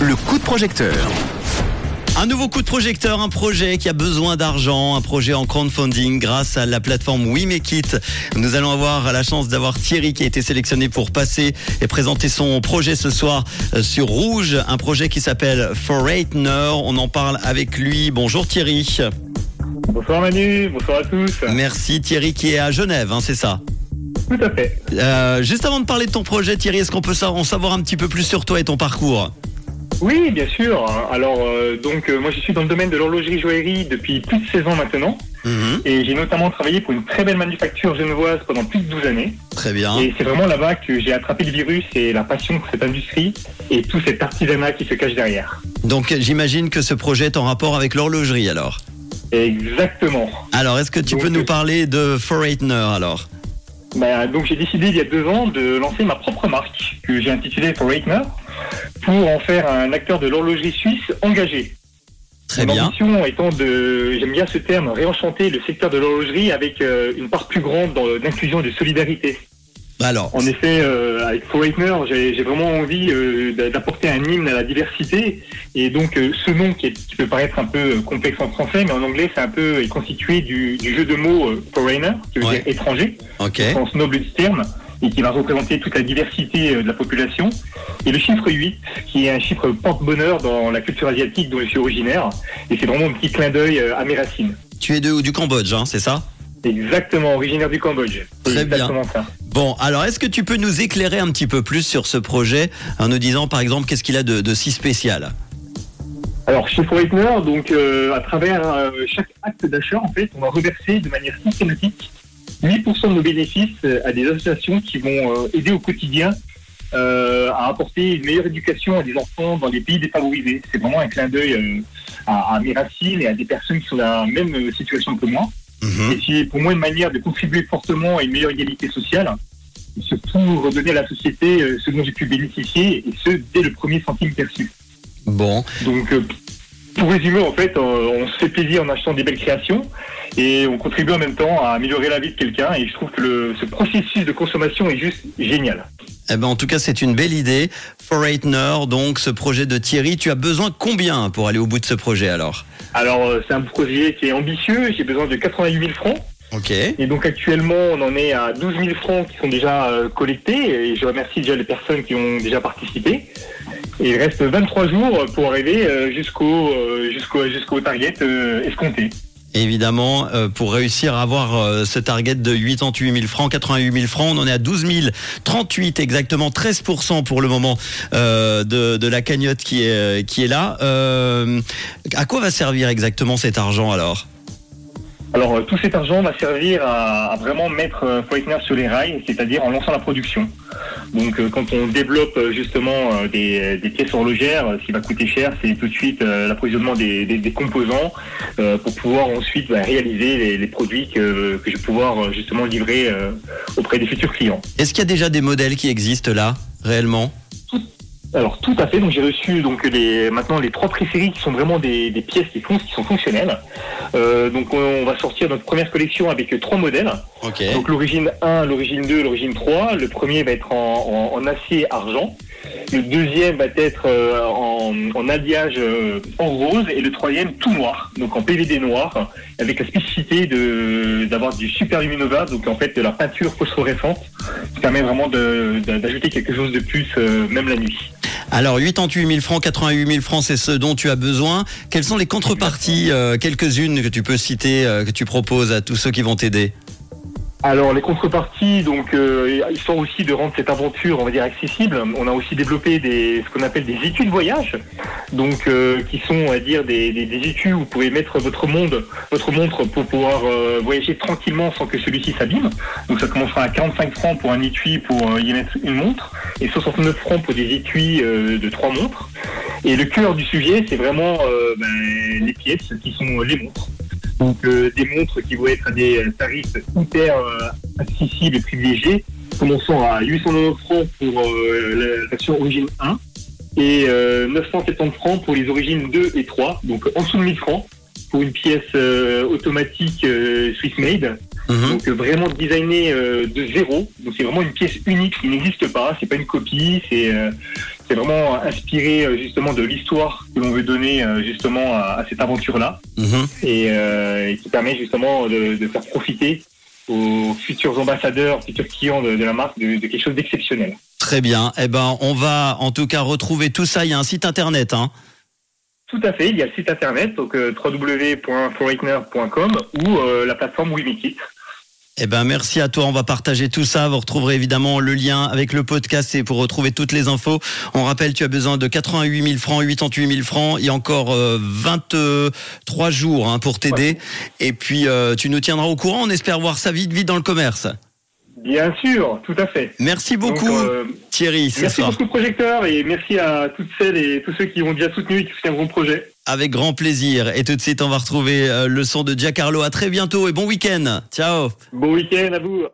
Le coup de projecteur. Un nouveau coup de projecteur, un projet qui a besoin d'argent, un projet en crowdfunding grâce à la plateforme We Make It. Nous allons avoir la chance d'avoir Thierry qui a été sélectionné pour passer et présenter son projet ce soir sur Rouge. Un projet qui s'appelle Foreigner. On en parle avec lui. Bonjour Thierry. Bonsoir Manu, bonsoir à tous. Merci Thierry qui est à Genève, hein, c'est ça? Tout à fait. Juste avant de parler de ton projet Thierry, est-ce qu'on peut en savoir un petit peu plus sur toi et ton parcours? Oui, bien sûr. Alors, moi je suis dans le domaine de l'horlogerie-joaillerie depuis plus de 16 ans maintenant. Et j'ai notamment travaillé pour une très belle manufacture genevoise pendant plus de 12 années. Très bien. Et c'est vraiment là-bas que j'ai attrapé le virus et la passion pour cette industrie et tout cet artisanat qui se cache derrière. Donc j'imagine que ce projet est en rapport avec l'horlogerie alors? Exactement. Alors, est-ce que tu peux nous parler de Foreigner alors? Donc j'ai décidé il y a 2 ans de lancer ma propre marque que j'ai intitulée Foreigner pour en faire un acteur de l'horlogerie suisse engagé. Très bien. Mon ambition étant j'aime bien ce terme, réenchanter le secteur de l'horlogerie avec une part plus grande d'inclusion et de solidarité. Alors, en effet, avec Foreigner, j'ai vraiment envie d'apporter un hymne à la diversité. Et donc, ce nom qui peut paraître un peu complexe en français, mais en anglais, est constitué du jeu de mots foreigner, qui veut dire étranger, au sens noble du terme, et qui va représenter toute la diversité de la population. Et le chiffre 8, qui est un chiffre porte-bonheur dans la culture asiatique dont je suis originaire. Et c'est vraiment un petit clin d'œil à mes racines. Tu es du Cambodge, hein, c'est ça? Exactement, originaire du Cambodge. Très bien. Ça. Bon, alors est-ce que tu peux nous éclairer un petit peu plus sur ce projet en nous disant par exemple qu'est-ce qu'il a de si spécial? Alors chez Foreigner, à travers chaque acte d'achat, en fait, on va reverser de manière systématique 8% de nos bénéfices à des associations qui vont aider au quotidien à apporter une meilleure éducation à des enfants dans les pays défavorisés. C'est vraiment un clin d'œil à mes racines et à des personnes qui sont dans la même situation que moi. Et c'est pour moi une manière de contribuer fortement à une meilleure égalité sociale et surtout redonner à la société ce dont j'ai pu bénéficier et ce dès le premier centime perçu. Bon. Donc pour résumer, en fait, on se fait plaisir en achetant des belles créations et on contribue en même temps à améliorer la vie de quelqu'un et je trouve que ce processus de consommation est juste génial. Eh ben, en tout cas, c'est une belle idée. Foreigner, donc ce projet de Thierry, tu as besoin combien pour aller au bout de ce projet alors? Alors, c'est un projet qui est ambitieux. J'ai besoin de 88 000 francs. Ok. Et donc, actuellement, on en est à 12 000 francs qui sont déjà collectés. Et je remercie déjà les personnes qui ont déjà participé. Et il reste 23 jours pour arriver jusqu'au target escompté. Évidemment, pour réussir à avoir ce target de 88 000 francs, 88 000 francs, on en est à 12 038, exactement 13% pour le moment de la cagnotte qui est là. À quoi va servir exactement cet argent alors ? Alors tout cet argent va servir à vraiment mettre Foreigner sur les rails, c'est-à-dire en lançant la production. Donc quand on développe justement des pièces horlogères, ce qui va coûter cher, c'est tout de suite l'approvisionnement des composants pour pouvoir ensuite réaliser les produits que je vais pouvoir justement livrer auprès des futurs clients. Est-ce qu'il y a déjà des modèles qui existent là, réellement ? Alors tout à fait, donc j'ai reçu maintenant les 3 pré-séries qui sont vraiment des pièces qui sont fonctionnelles. Donc on va sortir notre première collection avec 3 modèles. Okay. Donc l'origine 1, l'origine 2, l'origine 3. Le premier va être en acier argent. Le deuxième va être en alliage en rose et le troisième tout noir, donc en PVD noir, avec la spécificité d'avoir du super luminova, donc en fait de la peinture phosphorescente, qui permet vraiment d'ajouter quelque chose de plus, même la nuit. Alors 88 000 francs, 88 000 francs, c'est ce dont tu as besoin. Quelles sont les contreparties, quelques-unes que tu peux citer, que tu proposes à tous ceux qui vont t'aider ? Alors les contreparties, histoire aussi de rendre cette aventure, on va dire, accessible, on a aussi développé ce qu'on appelle des études voyage, donc qui sont, on va dire, des études où vous pouvez mettre votre montre pour pouvoir voyager tranquillement sans que celui-ci s'abîme. Donc ça commencera à 45 francs pour un étui pour y mettre une montre et 69 francs pour des étuis de 3 montres. Et le cœur du sujet, c'est vraiment les pièces qui sont les montres. Donc des montres qui vont être à des tarifs hyper accessibles et privilégiés, commençant à 890 francs pour la version origine 1 et 970 francs pour les origines 2 et 3, donc en dessous de 1000 francs pour une pièce automatique Swiss made. Donc vraiment designée de zéro. Donc c'est vraiment une pièce unique qui n'existe pas. C'est pas une copie. C'est vraiment inspiré justement de l'histoire que l'on veut donner justement à cette aventure-là et qui permet justement de faire profiter aux futurs ambassadeurs, futurs clients de la marque de quelque chose d'exceptionnel. Très bien. Eh ben, on va en tout cas retrouver tout ça. Il y a un site internet, hein. Tout à fait. Il y a le site internet, donc www.foreigner.com ou la plateforme WeMakeIt. Eh ben, merci à toi. On va partager tout ça. Vous retrouverez évidemment le lien avec le podcast et pour retrouver toutes les infos. On rappelle, tu as besoin de 88 000 francs, 88 000 francs. Il y a encore 23 jours pour t'aider. Ouais. Et puis, tu nous tiendras au courant. On espère voir ça vite dans le commerce. Bien sûr, tout à fait. Merci beaucoup, Thierry. Merci beaucoup, Projecteur, et merci à toutes celles et tous ceux qui ont déjà soutenu et qui soutiendront le projet. Avec grand plaisir. Et tout de suite, on va retrouver le son de Giancarlo. À très bientôt et bon week-end. Ciao. Bon week-end à vous.